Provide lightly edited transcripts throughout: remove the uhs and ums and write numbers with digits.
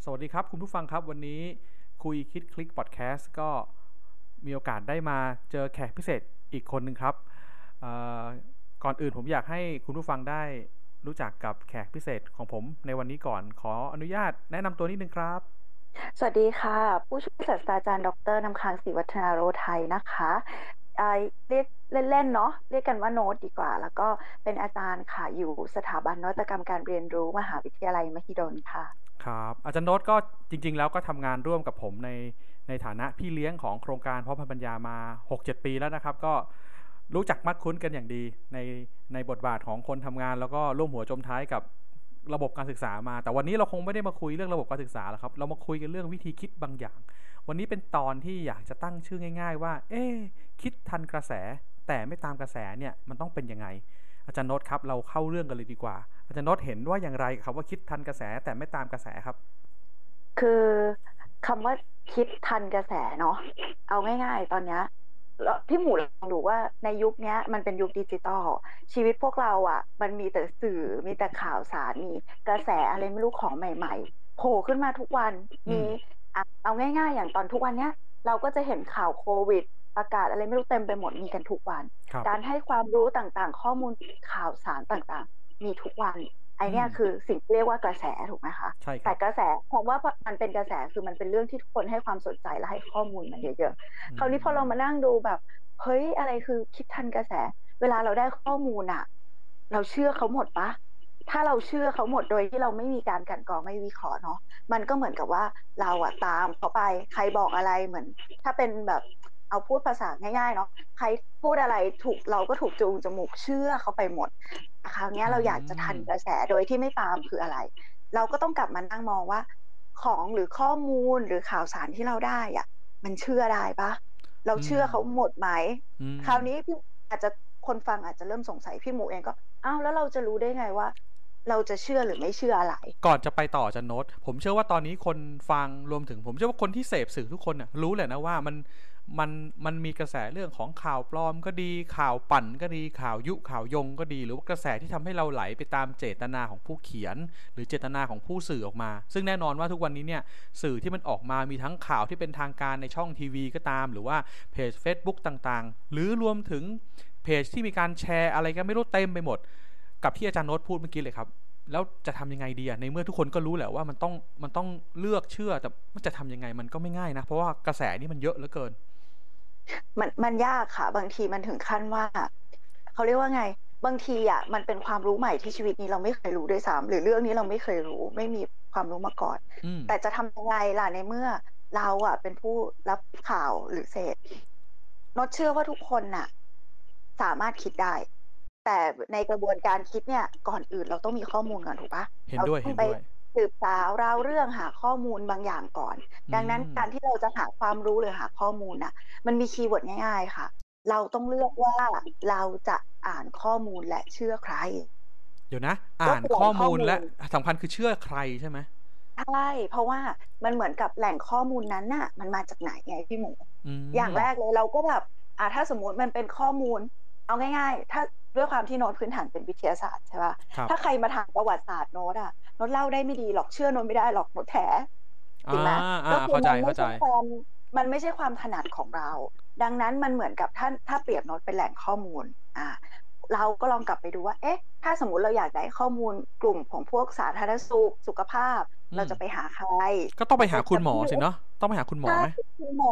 สวัสดีครับคุณผู้ฟังครับวันนี้คุยคิดคลิกพอดแคสต์ก็มีโอกาสได้มาเจอแขกพิเศษอีกคนหนึ่งครับเอ่อก่อนอื่นผมอยากให้คุณผู้ฟังได้รู้จักกับแขกพิเศษของผมในวันนี้ก่อนขออนุญาตแนะนำตัวนิดนึงครับสวัสดีค่ะผู้ช่วยศาสตราจารย์ดรน้ำค้างศรีวัฒนาโรไทยนะคะเรียกเล่นๆเนาะเรียกกันว่าโน้ตดีกว่าแล้วก็เป็นอาจารย์ค่ะอยู่สถาบันนวัตกรรมการเรียนรู้มหาวิทยาลัยมหิดลค่ะครับอาจารย์โน้ตก็จริงๆแล้วก็ทำงานร่วมกับผมในฐานะพี่เลี้ยงของโครงการเพาะพันธุ์ปัญญามา6-7 ปีแล้วนะครับก็รู้จักมักคุ้นกันอย่างดีในบทบาทของคนทำงานแล้วก็ร่วมหัวจมท้ายกับระบบการศึกษามาแต่วันนี้เราคงไม่ได้มาคุยเรื่องระบบการศึกษาแล้วครับเรามาคุยกันเรื่องวิธีคิดบางอย่างวันนี้เป็นตอนที่อยากจะตั้งชื่อง่ายๆว่าคิดทันกระแสแต่ไม่ตามกระแสเนี่ยมันต้องเป็นยังไงอาจารย์โน้ตครับเราเข้าเรื่องกันเลยดีกว่าอาจารย์โน้ตเห็นว่าอย่างไรครับว่าคิดทันกระแสแต่ไม่ตามกระแสครับคือคำว่าคิดทันกระแสเนาะเอาง่ายๆตอนเนี้ยแล้วพี่หมูลองดูว่าในยุคนี้มันเป็นยุคดิจิตอลชีวิตพวกเราอ่ะมันมีแต่สื่อมีแต่ข่าวสารมีกระแสอะไรไม่รู้ของใหม่ๆโผล่ขึ้นมาทุกวันมีเอาง่ายๆอย่างตอนทุกวันเนี้ยเราก็จะเห็นข่าวโควิดประกาศอะไรไม่รู้เต็มไปหมดมีกันทุกวันครับการให้ความรู้ต่างๆข้อมูลข่าวสารต่างๆมีทุกวันไอเนี้ยคือสิ่งที่เรียกว่ากระแสถูกไหมคะใช่ครับแต่กระแสเพราะว่ามันเป็นกระแสคือมันเป็นเรื่องที่ทุกคนให้ความสนใจและให้ข้อมูลมันเยอะๆคราวนี้พอเรามานั่งดูแบบเฮ้ยอะไรคือคิดทันกระแสเวลาเราได้ข้อมูลอะเราเชื่อเขาหมดปะถ้าเราเชื่อเขาหมดโดยที่เราไม่มีการกลั่นกรองไม่วิเคราะห์เนาะมันก็เหมือนกับว่าเราอะตามเขาไปใครบอกอะไรเหมือนถ้าเป็นแบบเอาพูดภาษาง่ายๆเนาะใครพูดอะไรถูกเราก็ถูกจูงจมูกเชื่อเขาไปหมดคราวนี้อืเราอยากจะทันมกระแสโดยที่ไม่ตามคืออะไร เราก็ต้องกลับมานั่งมองว่าของหรือข้อมูลหรือข่าวสารที่เราได้อะมันเชื่อได้ปะเราอืมเชื่อเขาหมดไหมอืมคราวนี้พี่อาจจะคนฟังอาจจะเริ่มสงสัยพี่หมูเองก็อ้าวแล้วเราจะรู้ได้ไงว่าเราจะเชื่อหรือไม่เชื่ออะไรก่อนจะไปต่อจะโน้ตผมเชื่อว่าตอนนี้คนฟังรวมถึงผมเชื่อว่าคนที่เสพสื่อทุกคนน่ะรู้แหละนะว่ามันมันมีกระแสเรื่องของข่าวปลอมก็ดีข่าวปั่นก็ดีข่าวยุข่าวยงก็ดีหรือว่ากระแสที่ทำให้เราไหลไปตามเจตนาของผู้เขียนหรือเจตนาของผู้สื่อออกมาซึ่งแน่นอนว่าทุกวันนี้เนี่ยสื่อที่มันออกมามีทั้งข่าวที่เป็นทางการในช่องทีวีก็ตามหรือว่าเพจ Facebook ต่างๆหรือรวมถึงเพจที่มีการแชร์อะไรกันไม่รู้เต็มไปหมดกับที่อาจารย์โน้ตพูดเมื่อกี้เลยครับ แล้วจะทำยังไงดีอะในเมื่อทุกคนก็รู้แหละว่ามันต้องเลือกเชื่อแต่มันจะทำยังไงมันก็ไม่ง่ายนะเพราะว่ากระแสนี่มันเยอะเหลือเกินมันยากค่ะบางทีมันถึงขั้นว่าเขาเรียกว่าไงบางทีอ่ะมันเป็นความรู้ใหม่ที่ชีวิตนี้เราไม่เคยรู้ด้วยซ้ำหรือเรื่องนี้เราไม่เคยรู้ไม่มีความรู้มาก่อนอืมแต่จะทำยังไงล่ะในเมื่อเราอ่ะเป็นผู้รับข่าวหรือเสพโนตเชื่อว่าทุกคนน่ะสามารถคิดได้แต่ในกระบวนการคิดเนี่ยก่อนอื่นเราต้องมีข้อมูลก่อนถูกปะเห็นเราต้องไปด้วยเห็นด้วยสืบสาวเราเรื่องหาข้อมูลบางอย่างก่อนอืดังนั้นมการที่เราจะหาความรู้หรือหาข้อมูลน่ะ มันมีคีย์เวิร์ดง่ายๆค่ะ เราต้องเลือกว่าเราจะอ่านข้อมูลและเชื่อใครเดี๋ยวนะก็อ่านคือแหล่งข้อมูลและข้อมูลสำคัญคือเชื่อใครใช่ไหมใช่เพราะว่ามันเหมือนกับแหล่งข้อมูลนั้นน่ะมันมาจากไหนไงพี่หมูอือย่างมแรกเลยเราก็แบบถ้าสมมุติมันเป็นข้อมูลเอาง่ายๆถ้าด้วยความที่โน้ตพื้นฐานเป็นวิทยาศาสตร์ใช่ป่ะครับถ้าใครมาถามประวัติศาสตร์โน้ตโน้ตเล่าได้ไม่ดีหรอกเชื่อโน้ตไม่ได้หรอกโน้ตแถจริอ่างไหมก็คือเข้าใจเข้าใจมันไม่ใช่ความถนัดของเราดังนั้นมันเหมือนกับถ้าเปรียบโน้ตเป็นแหล่งข้อมูลอ่าเราก็ลองกลับไปดูว่าเอ๊ะถ้าสมมุติเราอยากได้ข้อมูลกลุ่มของพวกสาธารณสุขสุขภาพอืมเราจะไปหาใครก็ต้องไปหาคุณหมอสิ WH เนาะต้องไปหาคุณหมอใช่ไหมคุณหมอ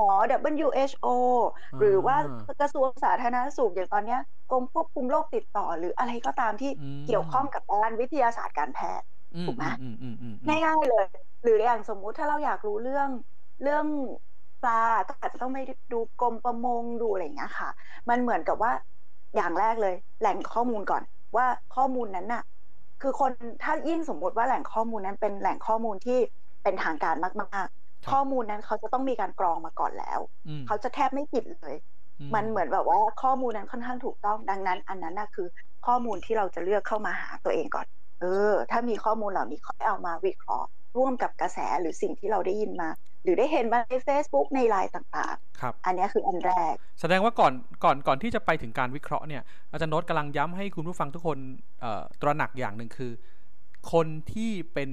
WHO อ่หรือว่ากระทรวงสาธารณสุขอย่างตอนเนี้ยกรมควบคุมโรคติดต่อหรืออะไรก็ตามที่อืเกี่ยวมข้องกับด้านวิทยาศาสตร์การแพทย์ถูกไหมอืมอืมอืมอืมอืมอืมง่ายๆเลยหรืออย่างสมมุติถ้าเราอยากรู้เรื่องปลาก็อาจจะต้องไปดูกรมประมงดูอะไรอย่างเงี้ยค่ะมันเหมือนกับว่าอย่างแรกเลยแหล่งข้อมูลก่อนว่าข้อมูลนั้นน่ะคือคนถ้ายิ่งสมมติว่าแหล่งข้อมูลนั้นเป็นแหล่งข้อมูลที่เป็นทางการมากๆครับข้อมูลนั้นเขาจะต้องมีการกรองมาก่อนแล้วอืมเขาจะแทบไม่ผิดเลยอืมมันเหมือนแบบว่าข้อมูลนั้นค่อนข้างถูกต้องดังนั้นอันนั้นน่ะคือข้อมูลที่เราจะเลือกเข้ามาหาตัวเองก่อน ถ้ามีข้อมูลเหล่านี้ค่อยเอามาวิเคราะห์ร่วมกับกระแสหรือสิ่งที่เราได้ยินมาหรือได้เห็นมาใน Facebook ในไลน์ต่างครับๆอันนี้คืออันแรกแสดงว่าก่อนที่จะไปถึงการวิเคราะห์เนี่ยอาจารย์โน้ตกำลังย้ำให้คุณผู้ฟังทุกคนตระหนักอย่างหนึ่งคือคนที่เป็น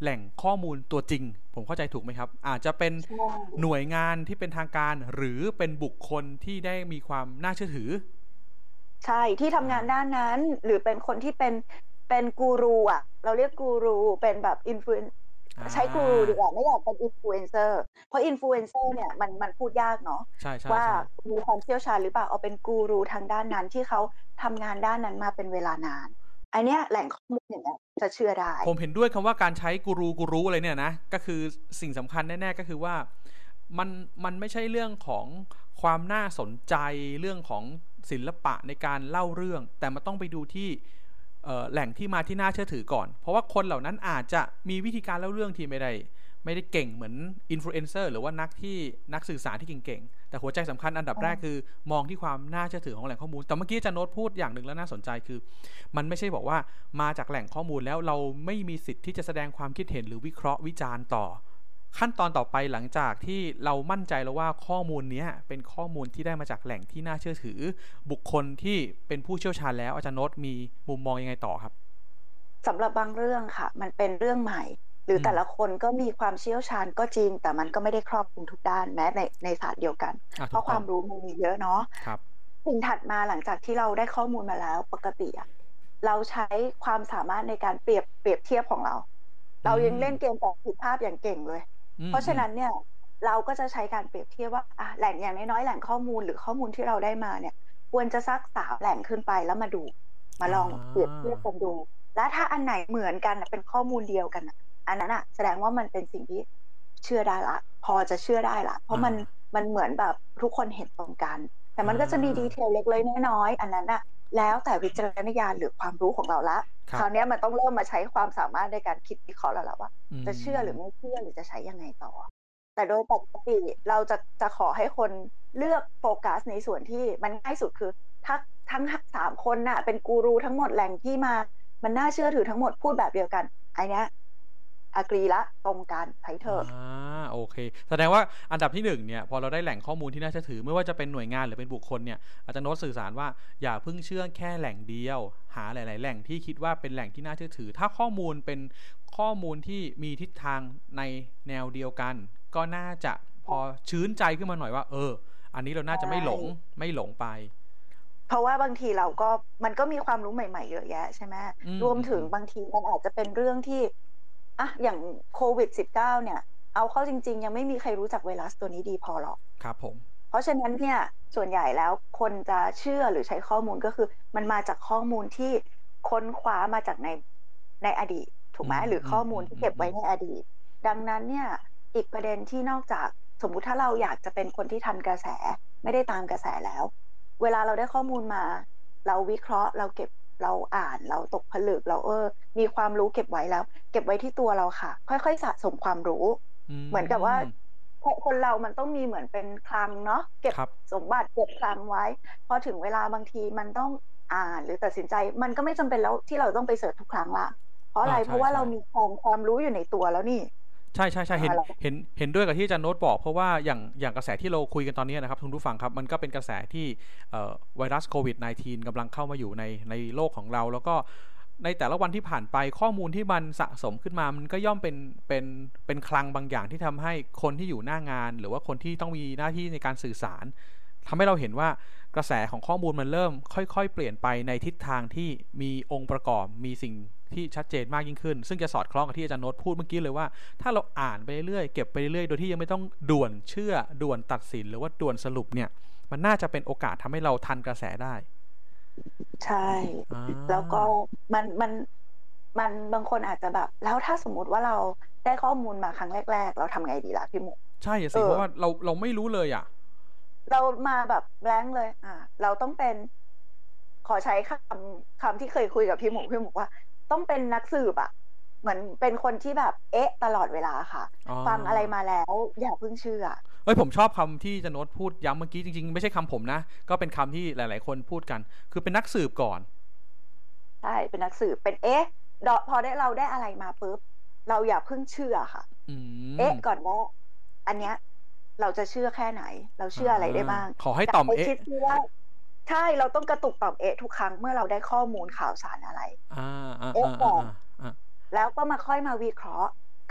แหล่งข้อมูลตัวจริงผมเข้าใจถูกไหมครับอาจจะเป็นหน่วยงานที่เป็นทางการหรือเป็นบุคคลที่ได้มีความน่าเชื่อถือใช่ที่ทำงานด้านนั้นหรือเป็นคนที่เป็นกูรูอ่ะเราเรียกกูรูเป็นแบบอินฟลูเอนใช้กูรูดีกว่าไม่อยากเป็นอินฟลูเอนเซอร์เพราะอินฟลูเอนเซอร์เนี่ยมันพูดยากเนาะว่ามีความเชี่ยวชาญหรือเปล่าเอาเป็นกูรูทางด้านนั้นที่เขาทำงานด้านนั้นมาเป็นเวลานานอันเนี้ยแหล่งข้อมูลอย่างเงี้ยจะเชื่อได้ผมเห็นด้วยคำว่าการใช้กูรูอะไรเนี่ยนะก็คือสิ่งสำคัญแน่ๆก็คือว่ามันไม่ใช่เรื่องของความน่าสนใจเรื่องของศิลปะในการเล่าเรื่องแต่มันต้องไปดูที่แหล่งที่มาที่น่าเชื่อถือก่อนเพราะว่าคนเหล่านั้นอาจจะมีวิธีการเล่าเรื่องที่ไม่ได้เก่งเหมือนอินฟลูเอนเซอร์หรือว่านักสื่อสารที่เก่งๆแต่หัวใจสำคัญอันดับแรกคือมองที่ความน่าเชื่อถือของแหล่งข้อมูลแต่เมื่อกี้อาจารย์โน้ตพูดอย่างหนึ่งแล้วน่าสนใจคือมันไม่ใช่บอกว่ามาจากแหล่งข้อมูลแล้วเราไม่มีสิทธิ์ที่จะแสดงความคิดเห็นหรือวิเคราะห์วิจารณ์ต่อขั้นตอนต่อไปหลังจากที่เรามั่นใจแล้วว่าข้อมูลนี้เป็นข้อมูลที่ได้มาจากแหล่งที่น่าเชื่อถือบุคคลที่เป็นผู้เชี่ยวชาญแล้วอาจารย์โน้ตมีมุมมองยังไงต่อครับสำหรับบางเรื่องค่ะมันเป็นเรื่องใหม่หรือแต่ละคนก็มีความเชี่ยวชาญก็จริงแต่มันก็ไม่ได้ครอบคลุมทุกด้านแม้ในศาสตร์เดียวกันเพราะความรู้มันมีเยอะเนาะสิ่งถัดมาหลังจากที่เราได้ข้อมูลมาแล้วปกติเราใช้ความสามารถในการเปรียบเทียบของเรายังเล่นเกมต่อผิดภาพอย่างเก่งเลยเพราะฉะนั้นเนี่ยเราก็จะใช้การเปรียบเทียบว่าแหล่งอย่างน้อยๆแหล่งข้อมูลหรือข้อมูลที่เราได้มาเนี่ยควรจะสัก3แหล่งขึ้นไปแล้วมาลองเปรียบเทียบกันดูและถ้าอันไหนเหมือนกันเป็นข้อมูลเดียวกันอันนั้นแสดงว่ามันเป็นสิ่งที่เชื่อได้ละพอจะเชื่อได้ละเพราะมันเหมือนแบบทุกคนเห็นตรงกันแต่มันก็จะมีดีเทลเล็กๆน้อยๆอันนั้นแล้วแต่วิจารณญาณหรือความรู้ของเราละคราวนี้มันต้องเริ่มมาใช้ความสามารถในการคิดวิเคราะห์แล้วล่ะว่าจะเชื่อหรือไม่เชื่อหรือจะใช้ยังไงต่อแต่โดยปกติเราจะขอให้คนเลือกโฟกัสในส่วนที่มันง่ายสุดคือถ้าทั้ง3คนเป็นกูรูทั้งหมดแหล่งที่มามันน่าเชื่อถือทั้งหมดพูดแบบเดียวกันไอ้นี้agree ละตรงกันใช้เถอะโอเคแสดงว่าอันดับที่1เนี่ยพอเราได้แหล่งข้อมูลที่น่าเชื่อถือไม่ว่าจะเป็นหน่วยงานหรือเป็นบุคคลเนี่ยอาจารย์โน้ตสื่อสารว่าอย่าเพิ่งเชื่อแค่แหล่งเดียวหาหลายๆแหล่งที่คิดว่าเป็นแหล่งที่น่าเชื่อถือถ้าข้อมูลเป็นข้อมูลที่มีทิศทางในแนวเดียวกันก็น่าจะพอชื้นใจขึ้นมาหน่อยว่าอันนี้เราน่าจะไม่หลงไปเพราะว่าบางทีมันก็มีความรู้ใหม่ๆเยอะแยะใช่ไหมรวมถึงบางทีมันอาจจะเป็นเรื่องที่อย่างโควิด-19เนี่ยเอาเข้าจริงๆยังไม่มีใครรู้จักไวรัสตัวนี้ดีพอหรอกครับผมเพราะฉะนั้นเนี่ยส่วนใหญ่แล้วคนจะเชื่อหรือใช้ข้อมูลก็คือมันมาจากข้อมูลที่ค้นคว้ามาจากในอดีตถูกไหมหรือข้อมูลที่เก็บไว้ในอดีตดังนั้นเนี่ยอีกประเด็นที่นอกจากสมมุติถ้าเราอยากจะเป็นคนที่ทันกระแสไม่ได้ตามกระแสแล้วเวลาเราได้ข้อมูลมาเราวิเคราะห์เราเก็บเราอ่านเราตกผลึกเรามีความรู้เก็บไว้แล้วเก็บไว้ที่ตัวเราค่ะค่อยๆสะสมความรู้เหมือนกับว่าคนเรามันต้องมีเหมือนเป็นคลังเนาะเก็บสมบัติเก็บคลังไว้พอถึงเวลาบางทีมันต้องอ่านหรือตัดสินใจมันก็ไม่จำเป็นแล้วที่เราต้องไปเสิร์ชทุกครั้งละเพราะอะไรเพราะว่าเรามีความรู้อยู่ในตัวแล้วนี่ใช่เห็นด้วยกับที่อาจารย์โน้ตบอกเพราะว่าอย่างกระแสที่เราคุยกันตอนนี้นะครับคุณผู้ฟังครับมันก็เป็นกระแสที่ไวรัสโควิด -19 กำลังเข้ามาอยู่ในโลกของเราแล้วก็ในแต่ละวันที่ผ่านไปข้อมูลที่มันสะสมขึ้นมามันก็ย่อมเป็นคลังบางอย่างที่ทำให้คนที่อยู่หน้างานหรือว่าคนที่ต้องมีหน้าที่ในการสื่อสารทำให้เราเห็นว่ากระแสของข้อมูลมันเริ่มค่อยๆเปลี่ยนไปในทิศทางที่มีองค์ประกอบมีสิ่งที่ชัดเจนมากยิ่งขึ้นซึ่งจะสอดคล้องกับที่อาจารย์โน้ตพูดเมื่อกี้เลยว่าถ้าเราอ่านไปเรื่อยเก็บไปเรื่อยโดยที่ยังไม่ต้องด่วนเชื่อด่วนตัดสินหรือว่าด่วนสรุปเนี่ยมันน่าจะเป็นโอกาสทำให้เราทันกระแสได้ใช่แล้วก็มันบางคนอาจจะแบบแล้วถ้าสมมติว่าเราได้ข้อมูลมาครั้งแรกๆเราทำไงดีล่ะพี่หมูใช่สิเพราะว่าเราไม่รู้เลยเรามาแบบแบงค์เลยเราต้องเป็นขอใช้คำที่เคยคุยกับพี่หมูว่าต้องเป็นนักสืบเหมือนเป็นคนที่แบบตลอดเวลาค่ะฟังอะไรมาแล้วอย่าเพิ่งเชื่อผมชอบคำที่จะโน้ตพูดย้ำเมื่อกี้จริงๆไม่ใช่คำผมนะก็เป็นคำที่หลายๆคนพูดกันคือเป็นนักสืบก่อนใช่เป็นนักสืบเป็นพอเราได้อะไรมาปุ๊บเราอย่าเพิ่งเชื่อค่ะก่อนว่าอันเนี้ยเราจะเชื่อแค่ไหนเราเชื่ออะไรได้บ้างขอให้ตอบคิดว่าใช่เราต้องกระตุกตอบทุกครั้งเมื่อเราได้ข้อมูลข่าวสารอะไรก่อนแล้วก็มาค่อยมาวิเคราะห์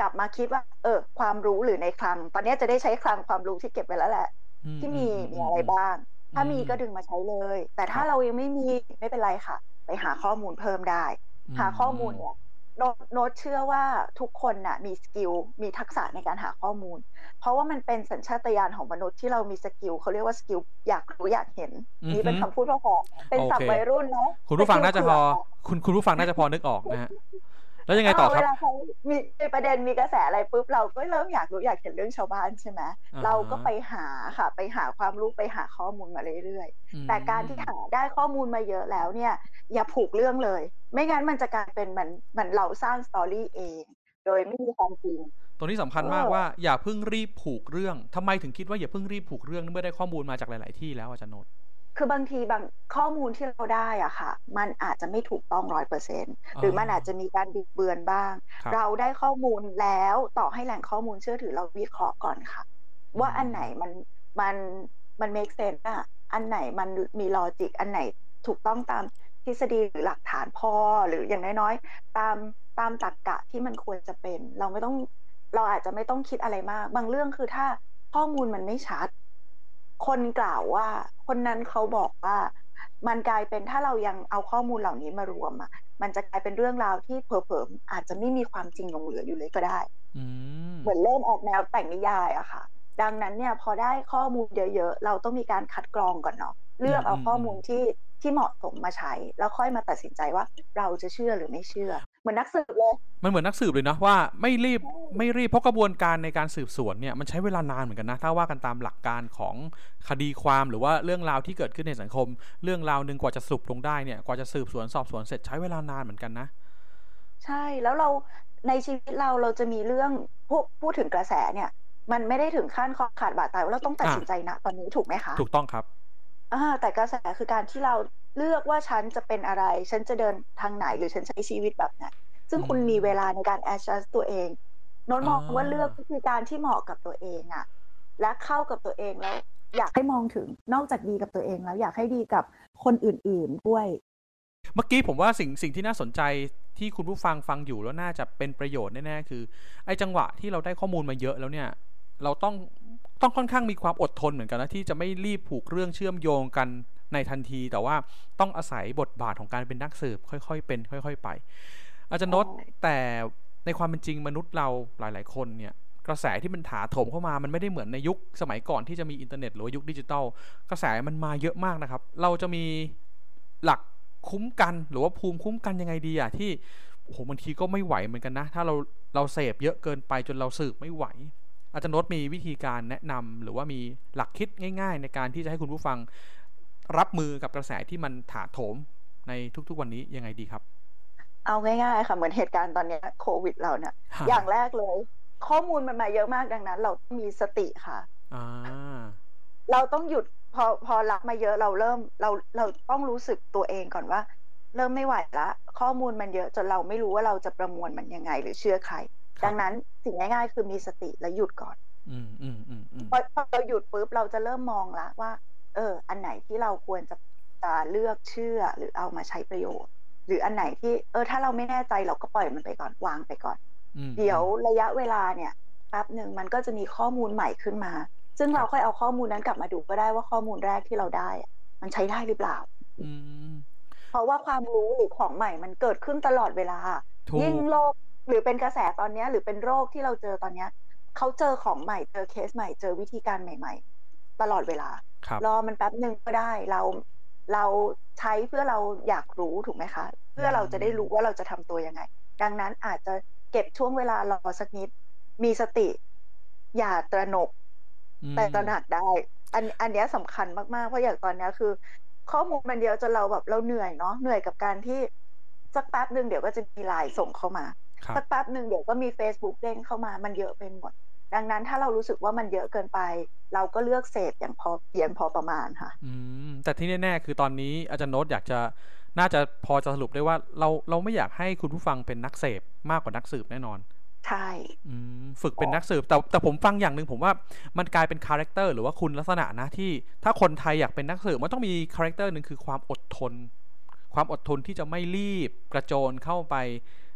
กลับมาคิดว่าความรู้หรือในคลังตอนนี้จะได้ใช้คลังความรู้ที่เก็บไว้แล้วแหละที่มีอะไรบ้างถ้ามีก็ดึงมาใช้เลยแต่ถ้าเรายังไม่มีไม่เป็นไรค่ะไปหาข้อมูลเพิ่มได้หาข้อมูลเนี่ยโน้ตเชื่อว่าทุกคนน่ะมีสกิลมีทักษะในการหาข้อมูลเพราะว่ามันเป็นสัญชาตญาณของมนุษย์ที่เรามีสกิลเขาเรียกว่าสกิลอยากรู้อยากเห็นนี่เป็นคำพูดพอเป็นศัพท์วัยรุ่นนะคุณผู้ฟังน่าจะพอคุณผู้ฟังน่าจะพอนึกออกนะฮะแล้วยังไงต่อครับเวลาเขามีประเด็นมีกระแสอะไรปุ๊บเราก็เริ่มอยากรู้อยากเห็นเรื่องชาวบ้านใช่ไหมเราก็ไปหาค่ะไปหาความรู้ไปหาข้อมูลมาเรื่อยๆแต่การที่หาได้ข้อมูลมาเยอะแล้วเนี่ยอย่าผูกเรื่องเลยไม่งั้นมันจะกลายเป็นมันเราสร้างสตอรี่เองโดยไม่มีความจริงตรงนี้สำคัญมากว่าอย่าเพิ่งรีบผูกเรื่องทำไมถึงคิดว่าอย่าเพิ่งรีบผูกเรื่องเมื่อได้ข้อมูลมาจากหลายๆที่แล้วอาจารย์โน๊ตคือบางทีบางข้อมูลที่เราได้อะค่ะมันอาจจะไม่ถูกต้อง100%หรือมันอาจจะมีการบิดเบือนบ้างเราได้ข้อมูลแล้วต่อให้แหล่งข้อมูลเชื่อถือเราวิเคราะห์ก่อนค่ะว่าอันไหนมัน make sense อะอันไหนมันมีลอจิกอันไหนถูกต้องตามทฤษฎีหรือหลักฐานพอหรืออย่างน้อยๆตามตรรกะที่มันควรจะเป็นเราอาจจะไม่ต้องคิดอะไรมากบางเรื่องคือถ้าข้อมูลมันไม่ชัดคนกล่าวว่าคนนั้นเขาบอกว่ามันกลายเป็นถ้าเรายังเอาข้อมูลเหล่านี้มารวมอ่ะมันจะกลายเป็นเรื่องราวที่เผลอๆอาจจะไม่มีความจริงหลงเหลืออยู่เลยก็ได้เหมือนเริ่มออกแนวแต่งนิยายอะค่ะดังนั้นเนี่ยพอได้ข้อมูลเยอะๆเราต้องมีการคัดกรองก่อนเนาะเลือกเอาข้อมูลที่เหมาะสมมาใช้แล้วค่อยมาตัดสินใจว่าเราจะเชื่อหรือไม่เชื่อเหมือนนักสืบเลยมันเหมือนนักสืบเลยนะว่าไม่รีบเพราะกระบวนการในการสืบสวนเนี่ยมันใช้เวลานานเหมือนกันนะถ้าว่ากันตามหลักการของคดีความหรือว่าเรื่องราวที่เกิดขึ้นในสังคมเรื่องราวนึงกว่าจะสรุปลงได้เนี่ยกว่าจะสืบสวนสอบสวนเสร็จใช้เวลานานเหมือนกันนะใช่แล้วเราในชีวิตเราจะมีเรื่องพูดถึงกระแสเนี่ยมันไม่ได้ถึงขั้นคอขาดบาดตายว่าเราต้องตัดสินใจนะตอนนี้ถูกไหมคะถูกต้องครับแต่กระแสคือการที่เราเลือกว่าฉันจะเป็นอะไรฉันจะเดินทางไหนหรือฉันใช้ชีวิตแบบไหนซึ่งคุณมีเวลาในการ adjust ตัวเองโน้ตมองว่าเลือกก็คือการที่เหมาะกับตัวเองอะและเข้ากับตัวเองแล้วอยากให้มองถึงนอกจากดีกับตัวเองแล้วอยากให้ดีกับคนอื่นๆด้วยเมื่อกี้ผมว่าสิ่งที่น่าสนใจที่คุณผู้ฟังอยู่แล้วน่าจะเป็นประโยชน์แน่ๆคือไอ้จังหวะที่เราได้ข้อมูลมาเยอะแล้วเนี่ยเราต้องค่อนข้างมีความอดทนเหมือนกันนะที่จะไม่รีบผูกเรื่องเชื่อมโยงกันในทันทีแต่ว่าต้องอาศัยบทบาทของการเป็นนักสืบค่อยๆเป็นค่อยๆไปอาจารย์โน้ตแต่ในความเป็นจริงมนุษย์เราหลายๆคนเนี่ยกระแสที่มันถาโถมเข้ามามันไม่ได้เหมือนในยุคสมัยก่อนที่จะมีอินเทอร์เน็ตหรือว่ายุคดิจิตอลกระแสมันมาเยอะมากนะครับเราจะมีหลักคุ้มกันหรือว่าภูมิคุ้มกันยังไงดีอะที่โอ้โหบางทีก็ไม่ไหวเหมือนกันนะถ้าเราเสพเยอะเกินไปจนเราสืบไม่ไหวอาจารย์โน้ตมีวิธีการแนะนำหรือว่ามีหลักคิดง่ายๆในการที่จะให้คุณผู้ฟังรับมือกับกระแสที่มันถาโถมในทุกๆวันนี้ยังไงดีครับเอาง่ายๆค่ะเหมือนเหตุการณ์ตอนนี้โควิดเราเนี่ยอย่างแรกเลยข้อมูลมันมาเยอะมากดังนั้นเราต้องมีสติค่ะเราต้องหยุดพอรับมาเยอะเราต้องรู้สึกตัวเองก่อนว่าเริ่มไม่ไหวละข้อมูลมันเยอะจนเราไม่รู้ว่าเราจะประมวลมันยังไงหรือเชื่อใครดังนั้นสิ่งง่ายๆคือมีสติและหยุดก่อนพอเราหยุดปุ๊บเราจะเริ่มมองละว่าอันไหนที่เราควรจะเลือกเชื่อหรือเอามาใช้ประโยชน์หรืออันไหนที่ถ้าเราไม่แน่ใจเราก็ปล่อยมันไปก่อนวางไปก่อนเดี๋ยวระยะเวลาเนี่ยแป๊บนึงมันก็จะมีข้อมูลใหม่ขึ้นมาซึ่งเราค่อยเอาข้อมูลนั้นกลับมาดูก็ได้ว่าข้อมูลแรกที่เราได้มันใช้ได้หรือเปล่าเพราะว่าความรู้หรือของใหม่มันเกิดขึ้นตลอดเวลายิ่งโลกหรือเป็นกระแสตอนนี้หรือเป็นโรคที่เราเจอตอนนี้เขาเจอของใหม่เจอเคสใหม่เจอวิธีการใหม่ๆตลอดเวลารอมันแป๊บนึงก็ได้เราใช้เพื่อเราอยากรู้ถูกไหมคะเพื่อเราจะได้รู้ว่าเราจะทำตัวยังไงดังนั้นอาจจะเก็บช่วงเวลารอสักนิดมีสติอย่าตระหนกแต่ตระหนักได้อันนี้สำคัญมากๆเพราะอย่างตอนนี้คือข้อมูลมันเดียวจนเราแบบเราเหนื่อยเนาะเหนื่อยกับการที่สักแป๊บนึงเดี๋ยวก็จะมีไลน์ส่งเข้ามาสักแป๊บนึงเดี๋ยวก็มี Facebook เด้งเข้ามามันเยอะไปหมดดังนั้นถ้าเรารู้สึกว่ามันเยอะเกินไปเราก็เลือกเสพอย่างพอประมาณค่ะแต่ที่แน่ๆคือตอนนี้อาจารย์โน้ตน่าจะพอจะสรุปได้ว่าเราไม่อยากให้คุณผู้ฟังเป็นนักเสพมากกว่านักสืบแน่นอนใช่ฝึกเป็นนักสืบแต่ผมฟังอย่างหนึ่งผมว่ามันกลายเป็นคาแรคเตอร์หรือว่าคุณลักษณะนะที่ถ้าคนไทยอยากเป็นนักสืบมันต้องมีคาแรคเตอร์หนึ่งคือความอดทนที่จะไม่รีบกระโจนเข้าไป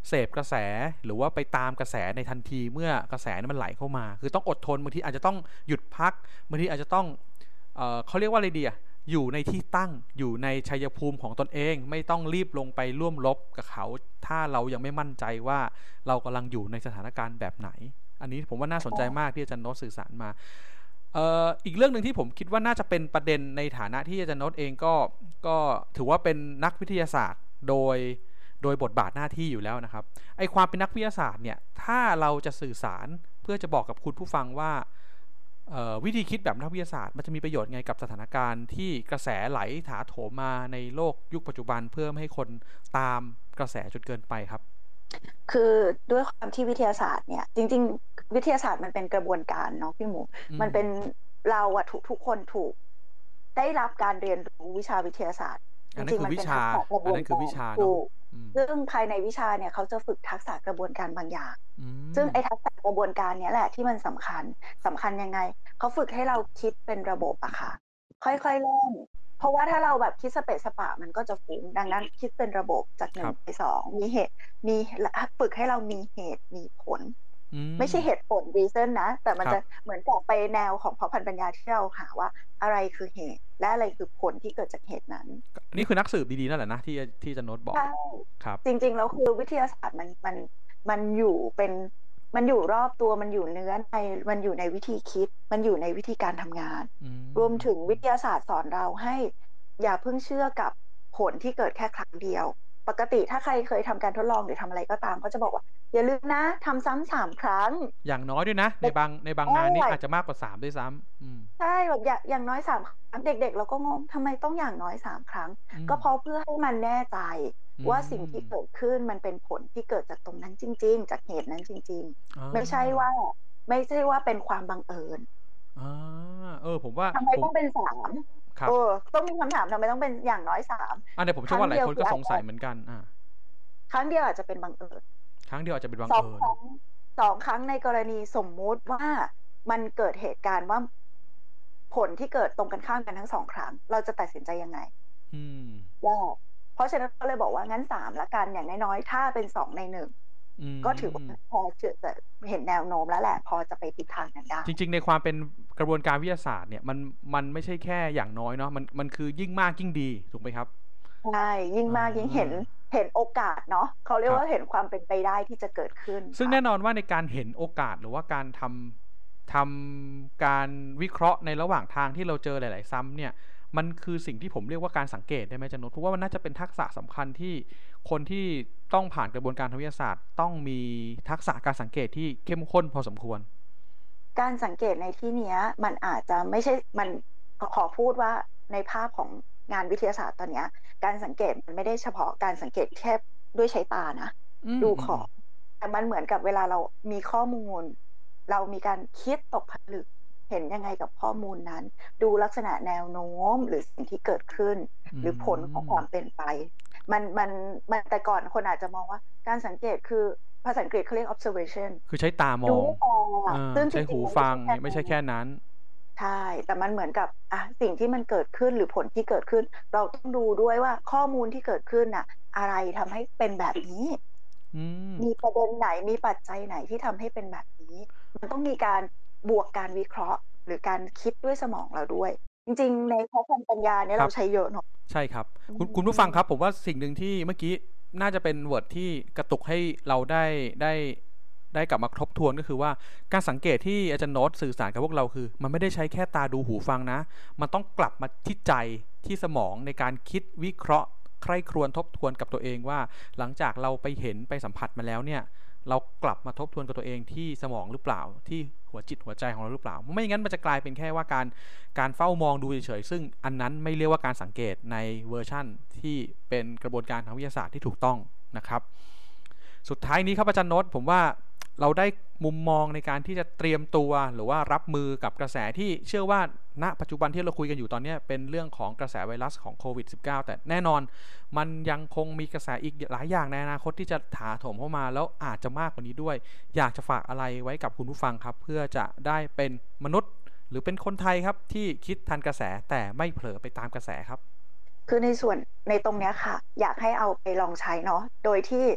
เสพกระแสหรือว่าไปตามกระแสในทันทีเมื่อกระแสนั้นมันไหลเข้ามาคือต้องอดทนบางทีอาจจะต้องหยุดพักบางทีอาจจะต้องเขาเรียกว่าอะไรดีอะอยู่ในที่ตั้งอยู่ในชัยภูมิของตนเองไม่ต้องรีบลงไปร่วมรบกับเขาถ้าเรายังไม่มั่นใจว่าเรากำลังอยู่ในสถานการณ์แบบไหนอันนี้ผมว่าน่าสนใจมากที่อาจารย์โน้ตสื่อสารมาอีกเรื่องหนึ่งที่ผมคิดว่าน่าจะเป็นประเด็นในฐานะที่อาจารย์โน้ตเองก็ถือว่าเป็นนักวิทยาศาสตร์โดยบทบาทหน้าที่อยู่แล้วนะครับไอความเป็นนักวิทยาศาสตร์เนี่ยถ้าเราจะสื่อสารเพื่อจะบอกกับคุณผู้ฟังว่าวิธีคิดแบบนักวิทยาศาสตร์มันจะมีประโยชน์ไงกับสถานการณ์ที่กระแสไหลถาโถมมาในโลกยุคปัจจุบันเพื่อไม่ให้คนตามกระแสจนเกินไปครับคือด้วยความที่วิทยาศาสตร์เนี่ยจริงๆวิทยาศาสตร์มันเป็นกระบวนการเนาะพี่หมูมันเป็นเราอะทุกคนถูกได้รับการเรียนรู้วิชาวิทยาศาสตร์จริงๆมันเป็นทักษะกระบวนการถูกซึ่งภายในวิชาเนี่ยเขาจะฝึกทักษะกระบวนการบางอย่างซึ่งไอ้ทักษะกระบวนการนี้แหละที่มันสำคัญยังไงเขาฝึกให้เราคิดเป็นระบบอะค่ะค่อยๆเริ่มเพราะว่าถ้าเราแบบคิดสเปะสปะมันก็จะฟุ้งดังนั้นคิดเป็นระบบจาก1 ไป 2มีเหตุมีฝึกให้เรามีเหตุมีผลไม่ใช่เหตุผล reason นะแต่มันจะเหมือนกับไปแนวของเพาะพันธุ์ปัญญาที่เราหาว่าอะไรคือเหตุและอะไรคือผลที่เกิดจากเหตุนั้นนี่คือนักสืบดีๆนั่นแหละนะที่จะโน้ตบอกครับจริงๆแล้วคือวิทยาศาสตร์มันอยู่รอบตัวมันอยู่เนื้อในมันอยู่ในวิธีคิดมันอยู่ในวิธีการทำงานรวมถึงวิทยาศาสตร์สอนเราให้อย่าเพิ่งเชื่อกับผลที่เกิดแค่ครั้งเดียวปกติถ้าใครเคยทำการทดลองหรือทำอะไรก็ตามก็จะบอกว่าอย่าลืมนะทำซ้ำ3 ครั้งอย่างน้อยด้วยนะในบางงานนี่อาจจะมากกว่า3ด้วยซ้ำใช่แบบอย่างน้อย3 ครั้งเด็กๆเราก็งงทำไมต้องอย่างน้อย3 ครั้งก็เพราะเพื่อให้มันแน่ใจว่าสิ่งที่เกิดขึ้นมันเป็นผลที่เกิดจากตรงนั้นจริงๆจากเหตุนั้นจริงๆไม่ใช่ว่าเป็นความบังเอิญผมว่าทำไมต้องเป็น3ต้องมีคำถามทำไมต้องเป็นอย่างน้อย3 เดี๋ยวผมเชื่อว่าหลายคนก็สงสัยเหมือนกันครั้งเดียวอาจจะเป็นบังเอิญครั้งเดียวอาจจะเป็นบังเอิญ 2 ครั้งในกรณีสมมุติว่ามันเกิดเหตุการณ์ว่าผลที่เกิดตรงกันข้ามกันทั้ง2 ครั้งเราจะตัดสินใจยังไงว่าเพราะฉะนั้นก็เลยบอกว่างั้น3ละกันอย่างน้อยๆถ้าเป็น2 ใน 1ก็ถือว่าพอจะเห็นแนวโน้มแล้วแหละพอจะไปทิศทางนั้นได้จริงๆในความเป็นกระบวนการวิทยาศาสตร์เนี่ยมันไม่ใช่แค่อย่างน้อยเนาะมันคือยิ่งมากยิ่งดีถูกไหมครับใช่ยิ่งมากยิ่งเห็นโอกาสเนาะเขาเรียกว่าเห็นความเป็นไปได้ที่จะเกิดขึ้นซึ่งแน่นอนว่าในการเห็นโอกาสหรือว่าการทำการวิเคราะห์ในระหว่างทางที่เราเจอหลายๆซ้ำเนี่ยมันคือสิ่งที่ผมเรียกว่าการสังเกตได้ไหมจันนุชเพราะว่ามันน่าจะเป็นทักษะสำคัญที่คนที่ต้องผ่านกระบวนการทางวิทยาศาสตร์ต้องมีทักษะการสังเกตที่เข้มข้นพอสมควรการสังเกตในที่นี้มันอาจจะไม่ใช่มันขอพูดว่าในภาพของงานวิทยาศาสตร์ตอนนี้การสังเกตมันไม่ได้เฉพาะการสังเกตแค่ด้วยใช้ตานะดูของแต่มันเหมือนกับเวลาเรามีข้อมูลเรามีการคิดตกผลึกเห็นยังไงกับข้อมูลนั้นดูลักษณะแนวโน้มหรือสิ่งที่เกิดขึ้นหรือผลของความเป็นไปมันแต่ก่อนคนอาจจะมองว่าการสังเกตคือภาษาอังกฤษเขาเรียก observation คือใช้ตามองใช้หูฟังไม่ใช่แค่นั้นใช่แต่มันเหมือนกับสิ่งที่มันเกิดขึ้นหรือผลที่เกิดขึ้นเราต้องดูด้วยว่าข้อมูลที่เกิดขึ้นน่ะอะไรทำให้เป็นแบบนี้มีประเด็นไหนมีปัจจัยไหนที่ทำให้เป็นแบบนี้มันต้องมีการบวกการวิเคราะห์หรือการคิดด้วยสมองเราด้วยจริงๆในเพาะพันธุ์ปัญญาเนี่ยเราใช้เยอะเนาะใช่ครับคุณผู้ฟังครับผมว่าสิ่งหนึ่งที่เมื่อกี้น่าจะเป็นเวิร์ดที่กระตุกให้เราได้กลับมาทบทวนก็คือว่าการสังเกตที่อาจารย์โน้ตสื่อสารกับพวกเราคือมันไม่ได้ใช้แค่ตาดูหูฟังนะมันต้องกลับมาที่ใจที่สมองในการคิดวิเคราะห์ใคร่ครวญทบทวนกับตัวเองว่าหลังจากเราไปเห็นไปสัมผัสมาแล้วเนี่ยเรากลับมาทบทวนกับตัวเองที่สมองหรือเปล่าที่หัวจิตหัวใจของเราหรือเปล่าไม่งั้นมันจะกลายเป็นแค่ว่าการเฝ้ามองดูเฉยๆซึ่งอันนั้นไม่เรียกว่าการสังเกตในเวอร์ชั่นที่เป็นกระบวนการทางวิทยาศาสตร์ที่ถูกต้องนะครับสุดท้ายนี้ครับอาจารย์โน้ตผมว่าเราได้มุมมองในการที่จะเตรียมตัวหรือว่ารับมือกับกระแสที่เชื่อว่าณปัจจุบันที่เราคุยกันอยู่ตอนนี้เป็นเรื่องของกระแสไวรัสของโควิด -19 แต่แน่นอนมันยังคงมีกระแสอีกหลายอย่างในอนาคตที่จะถาโถมเข้ามาแล้วอาจจะมากกว่านี้ด้วยอยากจะฝากอะไรไว้กับคุณผู้ฟังครับเพื่อจะได้เป็นมนุษย์หรือเป็นคนไทยครับที่คิดทันกระแสแต่ไม่เผลอไปตามกระแสครับคือในส่วนในตรงนี้ค่ะอยากให้เอาไปลองใช้เนาะโดยที่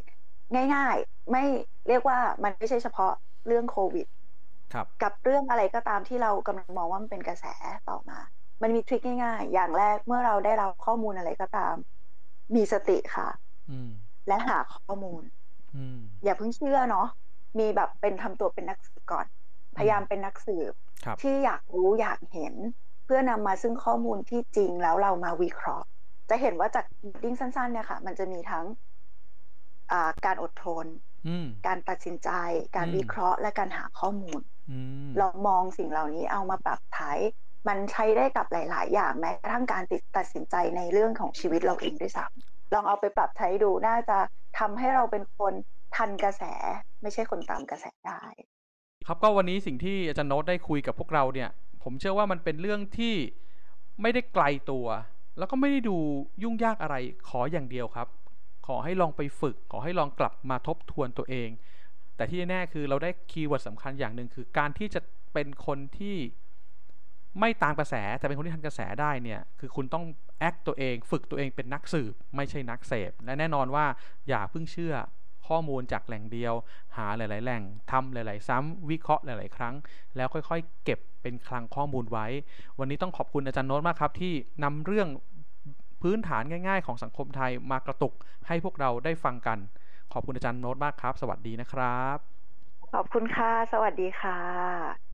ง่ายๆไม่เรียกว่ามันไม่ใช่เฉพาะเรื่องโควิดครับกับเรื่องอะไรก็ตามที่เรากำลังมองว่ามันเป็นกระแสต่อมามันมีทริคง่ายๆอย่างแรกเมื่อเราได้รับข้อมูลอะไรก็ตามมีสติค่ะอืมและหาข้อมูลอืมอย่าเพิ่งเชื่อเนาะมีแบบเป็นทำตัวเป็นนักสืบก่อนพยายามเป็นนักสืบครับที่อยากรู้อยากเห็นเพื่อนำมาซึ่งข้อมูลที่จริงแล้วเรามาวิเคราะห์จะเห็นว่าจากดิ้งสั้นๆเนี่ยค่ะมันจะมีทั้งการอดทนอืมการตัดสินใจการวิเคราะห์และการหาข้อมูลอืมลองมองสิ่งเหล่านี้เอามาปรับใช้มันใช้ได้กับหลายๆอย่างแม้กระทั่งการตัดสินใจในเรื่องของชีวิตเราเองด้วยซ้ำลองเอาไปปรับใช้ดูน่าจะทำให้เราเป็นคนทันกระแสไม่ใช่คนตามกระแสได้ครับก็วันนี้สิ่งที่อาจารย์โน้ตได้คุยกับพวกเราเนี่ยผมเชื่อว่ามันเป็นเรื่องที่ไม่ได้ไกลตัวแล้วก็ไม่ได้ดูยุ่งยากอะไรขออย่างเดียวครับขอให้ลองไปฝึกขอให้ลองกลับมาทบทวนตัวเองแต่ที่แน่ๆคือเราได้คีย์เวิร์ดสำคัญอย่างหนึ่งคือการที่จะเป็นคนที่ไม่ตามกระแสแต่เป็นคนที่ทันกระแสได้เนี่ยคือคุณต้องแอคตัวเองฝึกตัวเองเป็นนักสืบไม่ใช่นักเสพและแน่นอนว่าอย่าเพิ่งเชื่อข้อมูลจากแหล่งเดียวหาหลายๆแหล่งทำหลายๆซ้ำวิเคราะห์หลายๆครั้งแล้วค่อยๆเก็บเป็นคลังข้อมูลไว้วันนี้ต้องขอบคุณอาจารย์โน้ตมากครับที่นำเรื่องพื้นฐานง่ายๆของสังคมไทยมากระตุกให้พวกเราได้ฟังกันขอบคุณอาจารย์โน้ตมากครับสวัสดีนะครับขอบคุณค่ะสวัสดีค่ะ